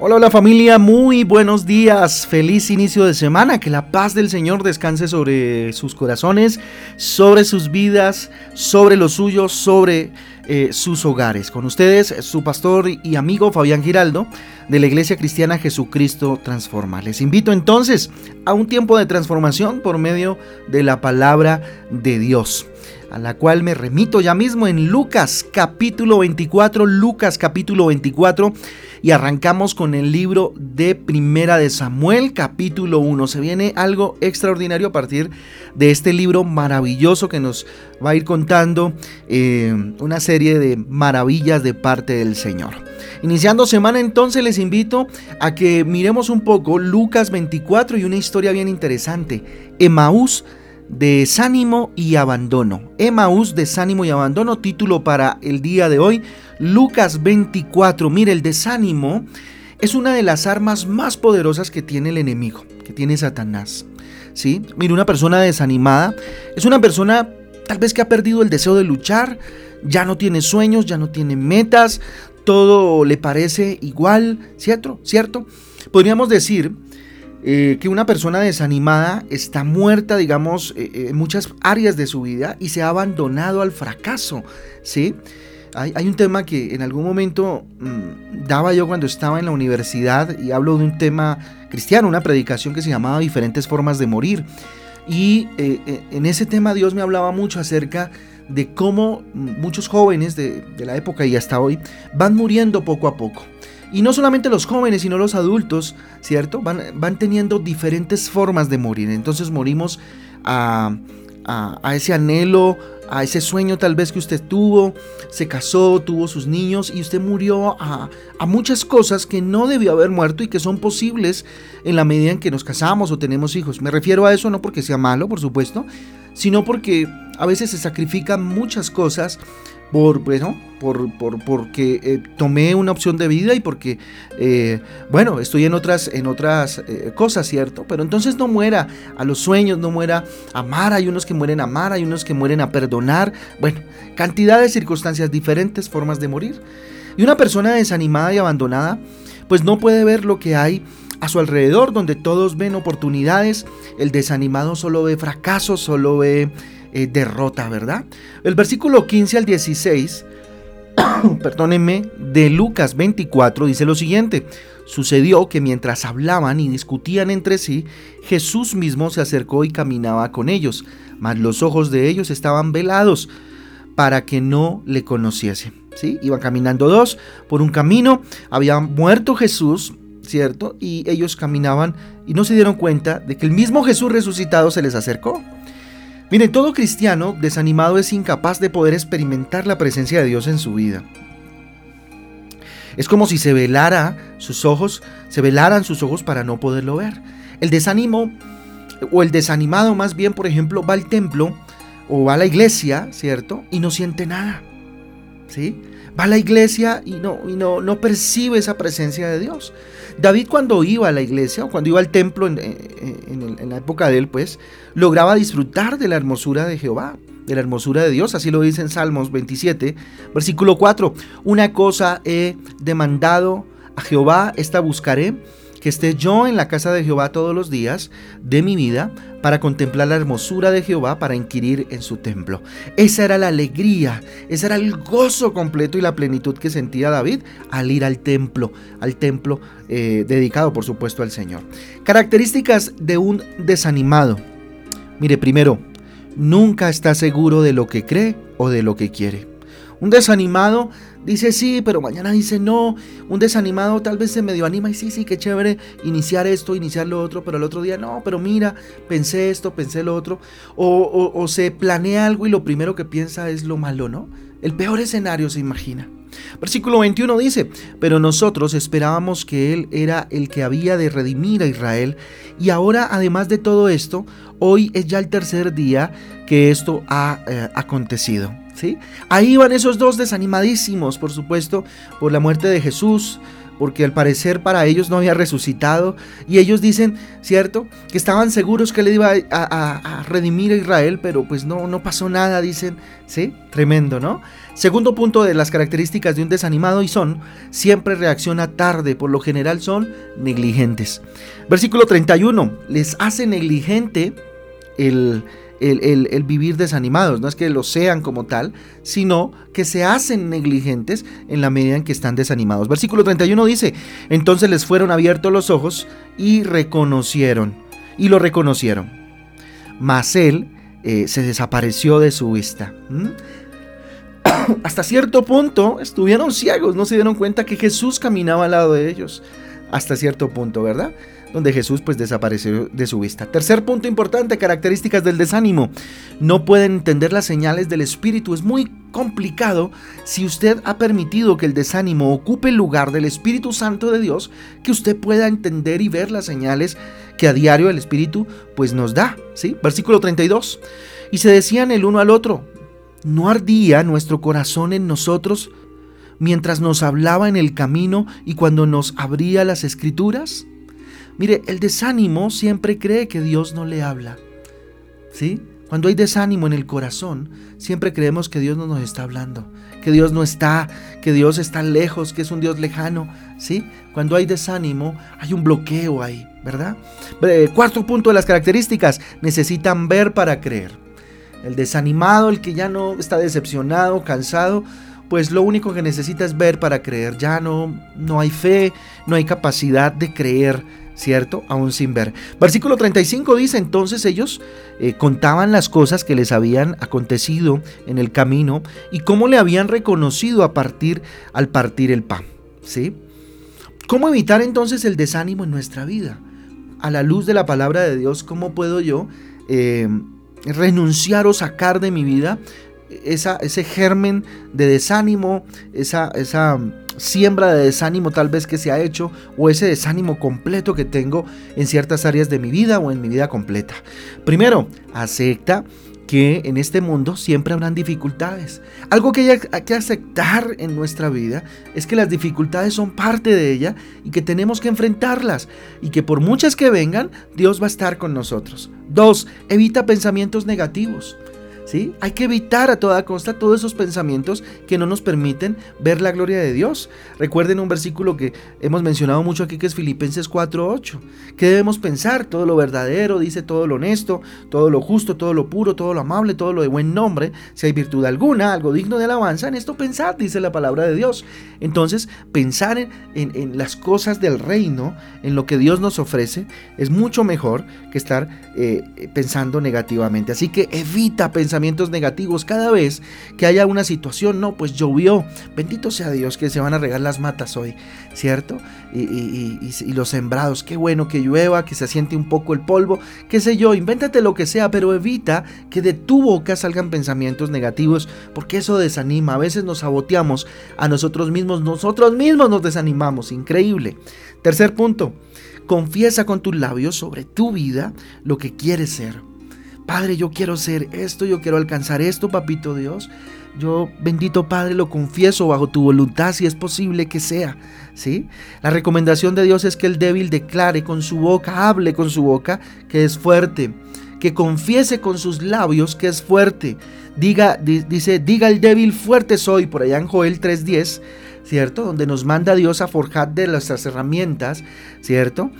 Hola, hola familia, muy buenos días, feliz inicio de semana, que la paz del Señor descanse sobre sus corazones, sobre sus vidas, sobre los suyos, sobre sus hogares. Con ustedes, su pastor y amigo Fabián Giraldo, de la Iglesia Cristiana Jesucristo Transforma. Les invito entonces a un tiempo de transformación por medio de la palabra de Dios, a la cual me remito ya mismo en Lucas capítulo 24, y arrancamos con el libro de Primera de Samuel, capítulo 1. Se viene algo extraordinario a partir de este libro maravilloso que nos va a ir contando una serie de maravillas de parte del Señor. Iniciando semana, entonces les invito a que miremos un poco Lucas 24 y una historia bien interesante. Emaús, desánimo y abandono. Emaús, desánimo y abandono, título para el día de hoy, Lucas 24. Mire, el desánimo es una de las armas más poderosas que tiene el enemigo, que tiene Satanás, ¿sí? Mire, una persona desanimada es una persona tal vez que ha perdido el deseo de luchar, ya no tiene sueños, ya no tiene metas, todo le parece igual, ¿cierto? Podríamos decir que una persona desanimada está muerta, digamos, en muchas áreas de su vida y se ha abandonado al fracaso, ¿sí? Hay un tema que en algún momento daba yo cuando estaba en la universidad, y hablo de un tema cristiano, una predicación que se llamaba Diferentes formas de morir. Y en ese tema Dios me hablaba mucho acerca de cómo muchos jóvenes de la época y hasta hoy van muriendo poco a poco. Y no solamente los jóvenes, sino los adultos, ¿cierto? Van teniendo diferentes formas de morir. Entonces morimos a ese anhelo, a ese sueño tal vez que usted tuvo, se casó, tuvo sus niños y usted murió a muchas cosas que no debió haber muerto y que son posibles en la medida en que nos casamos o tenemos hijos. Me refiero a eso no porque sea malo, por supuesto, sino porque a veces se sacrifican muchas cosas porque tomé una opción de vida y porque estoy en otras cosas, ¿cierto? Pero entonces no muera a los sueños, no muera a amar. Hay unos que mueren a amar, hay unos que mueren a perdonar. Bueno, cantidad de circunstancias, diferentes formas de morir. Y una persona desanimada y abandonada pues no puede ver lo que hay a su alrededor, donde todos ven oportunidades. El desanimado solo ve fracaso, solo ve derrota, ¿verdad? El versículo 15 al 16 de Lucas 24 dice lo siguiente: sucedió que mientras hablaban y discutían entre sí, Jesús mismo se acercó y caminaba con ellos, mas los ojos de ellos estaban velados para que no le conociesen, ¿sí? Iban caminando dos por un camino, había muerto Jesús, ¿cierto? Y ellos caminaban y no se dieron cuenta de que el mismo Jesús resucitado se les acercó. Miren, todo cristiano desanimado es incapaz de poder experimentar la presencia de Dios en su vida. Es como si se velaran sus ojos para no poderlo ver. El desánimo, o el desanimado más bien, por ejemplo, va al templo o va a la iglesia, ¿cierto? Y no siente nada, ¿sí? Va a la iglesia y no percibe esa presencia de Dios. David, cuando iba a la iglesia o cuando iba al templo en la época de él, pues lograba disfrutar de la hermosura de Jehová, de la hermosura de Dios. Así lo dice en Salmos 27, versículo 4. Una cosa he demandado a Jehová, esta buscaré, que esté yo en la casa de Jehová todos los días de mi vida, para contemplar la hermosura de Jehová, para inquirir en su templo. Esa era la alegría, ese era el gozo completo y la plenitud que sentía David al ir al templo dedicado, por supuesto, al Señor. Características de un desanimado. Mire, primero, nunca está seguro de lo que cree o de lo que quiere. Un desanimado dice sí, pero mañana dice no. Un desanimado tal vez se medio anima y sí, qué chévere iniciar esto, iniciar lo otro, pero el otro día no, pero mira, pensé esto, pensé lo otro. O se planea algo y lo primero que piensa es lo malo, ¿no? El peor escenario se imagina. Versículo 21 dice: pero nosotros esperábamos que Él era el que había de redimir a Israel, y ahora, además de todo esto, hoy es ya el tercer día que esto ha acontecido, ¿sí? Ahí van esos dos desanimadísimos, por supuesto, por la muerte de Jesús, porque al parecer para ellos no había resucitado, y ellos dicen, ¿cierto?, que estaban seguros que él iba a redimir a Israel, pero pues no pasó nada, dicen, ¿sí? Tremendo, ¿no? Segundo punto de las características de un desanimado, y siempre reacciona tarde, por lo general son negligentes. Versículo 31, les hace negligente el vivir desanimados. No es que lo sean como tal, sino que se hacen negligentes en la medida en que están desanimados. Versículo 31 dice, entonces les fueron abiertos los ojos y lo reconocieron. Mas él se desapareció de su vista. Hasta cierto punto estuvieron ciegos, no se dieron cuenta que Jesús caminaba al lado de ellos. Hasta cierto punto, ¿verdad? Donde Jesús pues desapareció de su vista. Tercer punto importante, características del desánimo. No pueden entender las señales del Espíritu. Es muy complicado si usted ha permitido que el desánimo ocupe el lugar del Espíritu Santo de Dios, que usted pueda entender y ver las señales que a diario el Espíritu pues nos da, ¿sí? Versículo 32. Y se decían el uno al otro, ¿no ardía nuestro corazón en nosotros mientras nos hablaba en el camino y cuando nos abría las Escrituras? Mire, el desánimo siempre cree que Dios no le habla, ¿sí? Cuando hay desánimo en el corazón, siempre creemos que Dios no nos está hablando, que Dios no está, que Dios está lejos, que es un Dios lejano, ¿sí? Cuando hay desánimo, hay un bloqueo ahí, ¿verdad? Cuarto punto de las características, necesitan ver para creer. El desanimado, el que ya no está decepcionado, cansado, pues lo único que necesita es ver para creer. Ya no hay fe, no hay capacidad de creer, ¿cierto? Aún sin ver. Versículo 35 dice, entonces ellos contaban las cosas que les habían acontecido en el camino y cómo le habían reconocido al partir el pan, ¿sí? ¿Cómo evitar entonces el desánimo en nuestra vida? A la luz de la palabra de Dios, ¿cómo puedo yo renunciar o sacar de mi vida ese germen de desánimo, esa siembra de desánimo tal vez que se ha hecho, o ese desánimo completo que tengo en ciertas áreas de mi vida o en mi vida completa? Primero, acepta que en este mundo siempre habrán dificultades. Algo que hay que aceptar en nuestra vida es que las dificultades son parte de ella y que tenemos que enfrentarlas, y que por muchas que vengan, Dios va a estar con nosotros. 2. Evita pensamientos negativos, ¿sí? Hay que evitar a toda costa todos esos pensamientos que no nos permiten ver la gloria de Dios. Recuerden un versículo que hemos mencionado mucho aquí, que es Filipenses 4:8. ¿Qué debemos pensar? Todo lo verdadero, dice, todo lo honesto, todo lo justo, todo lo puro, todo lo amable, todo lo de buen nombre, si hay virtud alguna, algo digno de alabanza, en esto pensad, dice la palabra de Dios. Entonces, pensar en las cosas del reino, en lo que Dios nos ofrece, es mucho mejor que estar pensando negativamente. Así que evita pensamientos negativos cada vez que haya una situación. No, pues llovió, bendito sea Dios que se van a regar las matas hoy, ¿cierto? Y los sembrados, qué bueno que llueva, que se asiente un poco el polvo, qué sé yo, invéntate lo que sea, pero evita que de tu boca salgan pensamientos negativos, porque eso desanima. A veces nos saboteamos a nosotros mismos nos desanimamos, increíble. Tercer punto, confiesa con tus labios sobre tu vida lo que quieres ser. Padre, yo quiero ser esto, yo quiero alcanzar esto, papito Dios. Yo, bendito Padre, lo confieso bajo tu voluntad, si es posible que sea, ¿sí? La recomendación de Dios es que el débil declare con su boca, hable con su boca que es fuerte, que confiese con sus labios que es fuerte. Diga el débil, fuerte soy, por allá en Joel 3:10, ¿cierto? Donde nos manda Dios a forjar de nuestras herramientas, ¿cierto?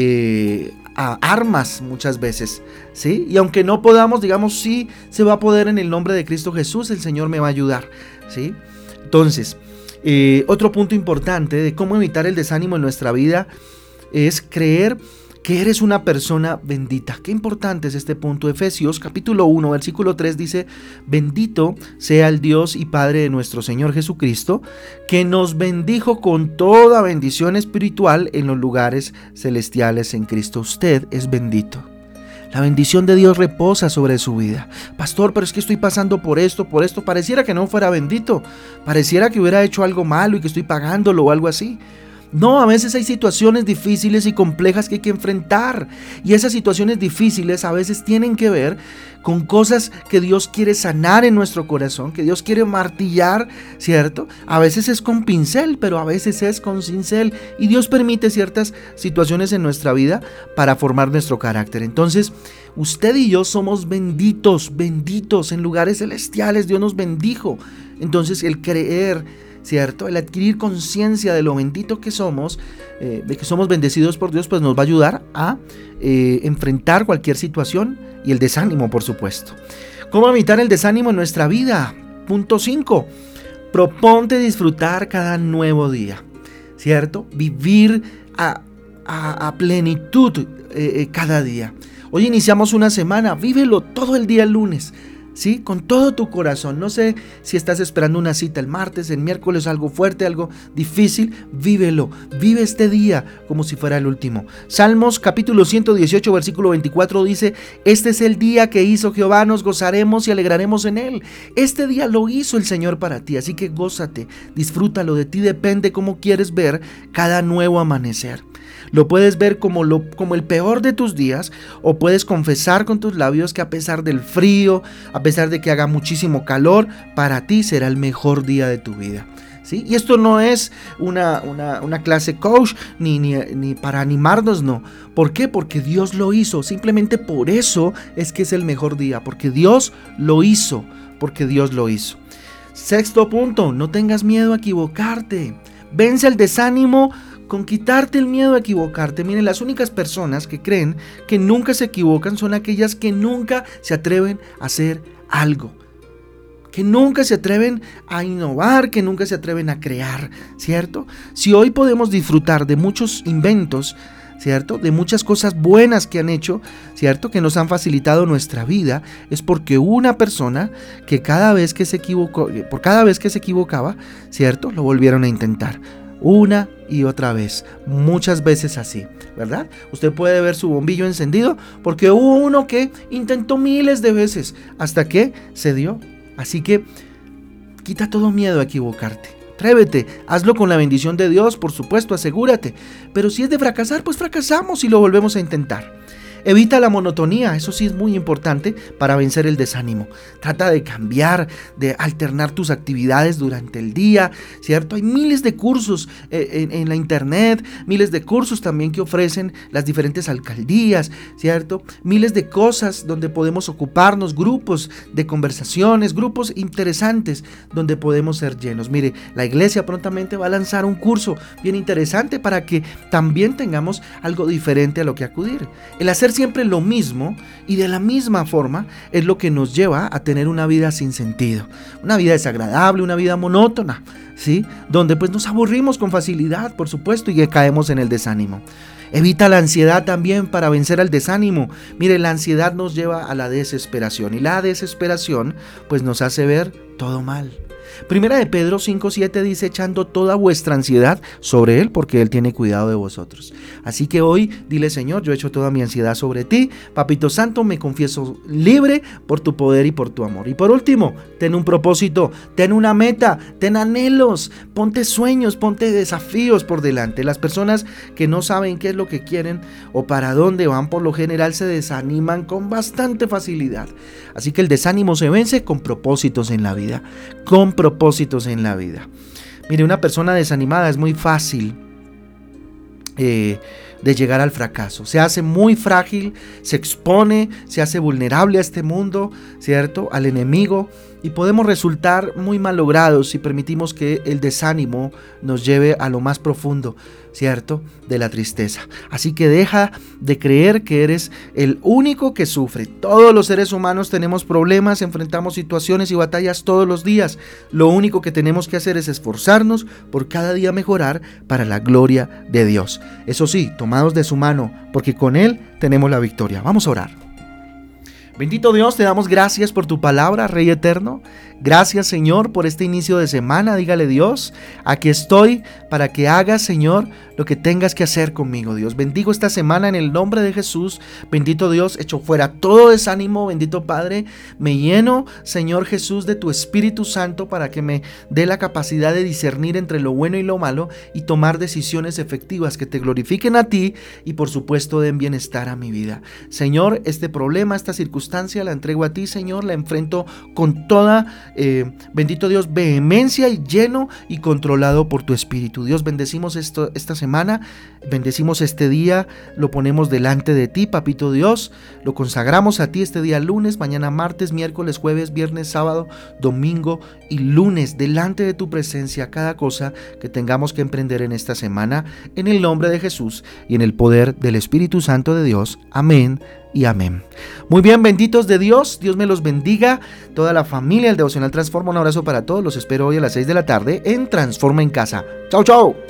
A armas muchas veces, ¿sí? Y aunque no podamos, digamos, sí se va a poder en el nombre de Cristo Jesús, el Señor me va a ayudar, ¿sí? Entonces, otro punto importante de cómo evitar el desánimo en nuestra vida es creer que eres una persona bendita. Qué importante es este punto. Efesios capítulo 1 versículo 3 dice: bendito sea el Dios y Padre de nuestro Señor Jesucristo, que nos bendijo con toda bendición espiritual en los lugares celestiales en Cristo. Usted es bendito. La bendición de Dios reposa sobre su vida. Pastor, pero es que estoy pasando por esto. Pareciera que no fuera bendito. Pareciera que hubiera hecho algo malo y que estoy pagándolo o algo así. No, a veces hay situaciones difíciles y complejas que hay que enfrentar. Y esas situaciones difíciles a veces tienen que ver con cosas que Dios quiere sanar en nuestro corazón, que Dios quiere martillar, ¿cierto? A veces es con pincel, pero a veces es con cincel. Y Dios permite ciertas situaciones en nuestra vida para formar nuestro carácter. Entonces, usted y yo somos benditos en lugares celestiales. Dios nos bendijo. Entonces, el creer, ¿cierto? El adquirir conciencia de lo bendito que somos, de que somos bendecidos por Dios, pues nos va a ayudar a enfrentar cualquier situación y el desánimo, por supuesto. ¿Cómo evitar el desánimo en nuestra vida? Punto 5. Proponte disfrutar cada nuevo día, ¿cierto? Vivir a plenitud cada día. Hoy iniciamos una semana, vívelo todo el día el lunes, ¿sí? Con todo tu corazón. No sé si estás esperando una cita el martes, el miércoles, algo fuerte, algo difícil. Vívelo, vive este día como si fuera el último. Salmos capítulo 118 versículo 24 dice: este es el día que hizo Jehová, nos gozaremos y alegraremos en él. Este día lo hizo el Señor para ti, así que gózate, disfrútalo. De ti depende cómo quieres ver cada nuevo amanecer. Lo puedes ver como el peor de tus días, o puedes confesar con tus labios que a pesar del frío, a pesar de que haga muchísimo calor, para ti será el mejor día de tu vida, ¿sí? Y esto no es una clase coach ni para animarnos, no. ¿Por qué? Porque Dios lo hizo. Simplemente por eso es que es el mejor día, porque Dios lo hizo, porque Dios lo hizo. Sexto punto, no tengas miedo a equivocarte. Vence el desánimo con quitarte el miedo a equivocarte. Miren, las únicas personas que creen que nunca se equivocan son aquellas que nunca se atreven a hacer algo, que nunca se atreven a innovar, que nunca se atreven a crear, ¿cierto? Si hoy podemos disfrutar de muchos inventos, ¿cierto?, de muchas cosas buenas que han hecho, ¿cierto?, que nos han facilitado nuestra vida, es porque una persona que cada vez que se equivocaba, ¿cierto?, lo volvieron a intentar. Una y otra vez, muchas veces así, ¿verdad? Usted puede ver su bombillo encendido porque hubo uno que intentó miles de veces hasta que se dio. Así que quita todo miedo a equivocarte. Atrévete, hazlo con la bendición de Dios, por supuesto, asegúrate. Pero si es de fracasar, pues fracasamos y lo volvemos a intentar. Evita la monotonía, eso sí es muy importante para vencer el desánimo. Trata de cambiar, de alternar tus actividades durante el día, ¿cierto? Hay miles de cursos en la internet, miles de cursos también que ofrecen las diferentes alcaldías, ¿cierto? Miles de cosas donde podemos ocuparnos, grupos de conversaciones, grupos interesantes donde podemos ser llenos. Mire, la iglesia prontamente va a lanzar un curso bien interesante para que también tengamos algo diferente a lo que acudir. El hacer siempre lo mismo y de la misma forma es lo que nos lleva a tener una vida sin sentido, una vida desagradable, una vida monótona, ¿sí? Donde pues nos aburrimos con facilidad, por supuesto, y que caemos en el desánimo. Evita la ansiedad también para vencer al desánimo. Mire, la ansiedad nos lleva a la desesperación y la desesperación pues nos hace ver todo mal. Primera de Pedro 5:7 dice: echando toda vuestra ansiedad sobre Él, porque Él tiene cuidado de vosotros. Así que hoy dile: Señor, yo echo toda mi ansiedad sobre ti. Papito Santo, me confieso libre por tu poder y por tu amor. Y por último, ten un propósito, ten una meta, ten anhelos, ponte sueños, ponte desafíos por delante. Las personas que no saben qué es lo que quieren o para dónde van, por lo general se desaniman con bastante facilidad. Así que el desánimo se vence con propósitos en la vida, con propósitos en la vida. Mire, una persona desanimada es muy fácil de llegar al fracaso. Se hace muy frágil, se expone, se hace vulnerable a este mundo, ¿cierto?, al enemigo, y podemos resultar muy malogrados si permitimos que el desánimo nos lleve a lo más profundo, ¿cierto?, de la tristeza. Así que deja de creer que eres el único que sufre. Todos los seres humanos tenemos problemas, enfrentamos situaciones y batallas todos los días. Lo único que tenemos que hacer es esforzarnos por cada día mejorar para la gloria de Dios. Eso sí, tomados de su mano, porque con Él tenemos la victoria. Vamos a orar. Bendito Dios, te damos gracias por tu palabra, Rey eterno. Gracias, Señor, por este inicio de semana. Dígale, Dios, aquí estoy para que hagas, Señor, lo que tengas que hacer conmigo, Dios. Bendigo esta semana en el nombre de Jesús. Bendito Dios, echo fuera todo desánimo. Bendito Padre, me lleno, Señor Jesús, de tu Espíritu Santo para que me dé la capacidad de discernir entre lo bueno y lo malo y tomar decisiones efectivas que te glorifiquen a ti y, por supuesto, den bienestar a mi vida. Señor, este problema, esta circunstancia la entrego a ti, Señor. La enfrento con toda bendito Dios, vehemencia y lleno y controlado por tu Espíritu. Dios, bendecimos esta semana, bendecimos este día, lo ponemos delante de ti, Papito Dios, lo consagramos a ti este día lunes, mañana martes, miércoles, jueves, viernes, sábado, domingo y lunes, delante de tu presencia, cada cosa que tengamos que emprender en esta semana, en el nombre de Jesús y en el poder del Espíritu Santo de Dios. Amén y amén. Muy bien, benditos de Dios, Dios me los bendiga, toda la familia, el Devocional Transforma, un abrazo para todos, los espero hoy a las 6 de la tarde en Transforma en Casa. Chao, chao.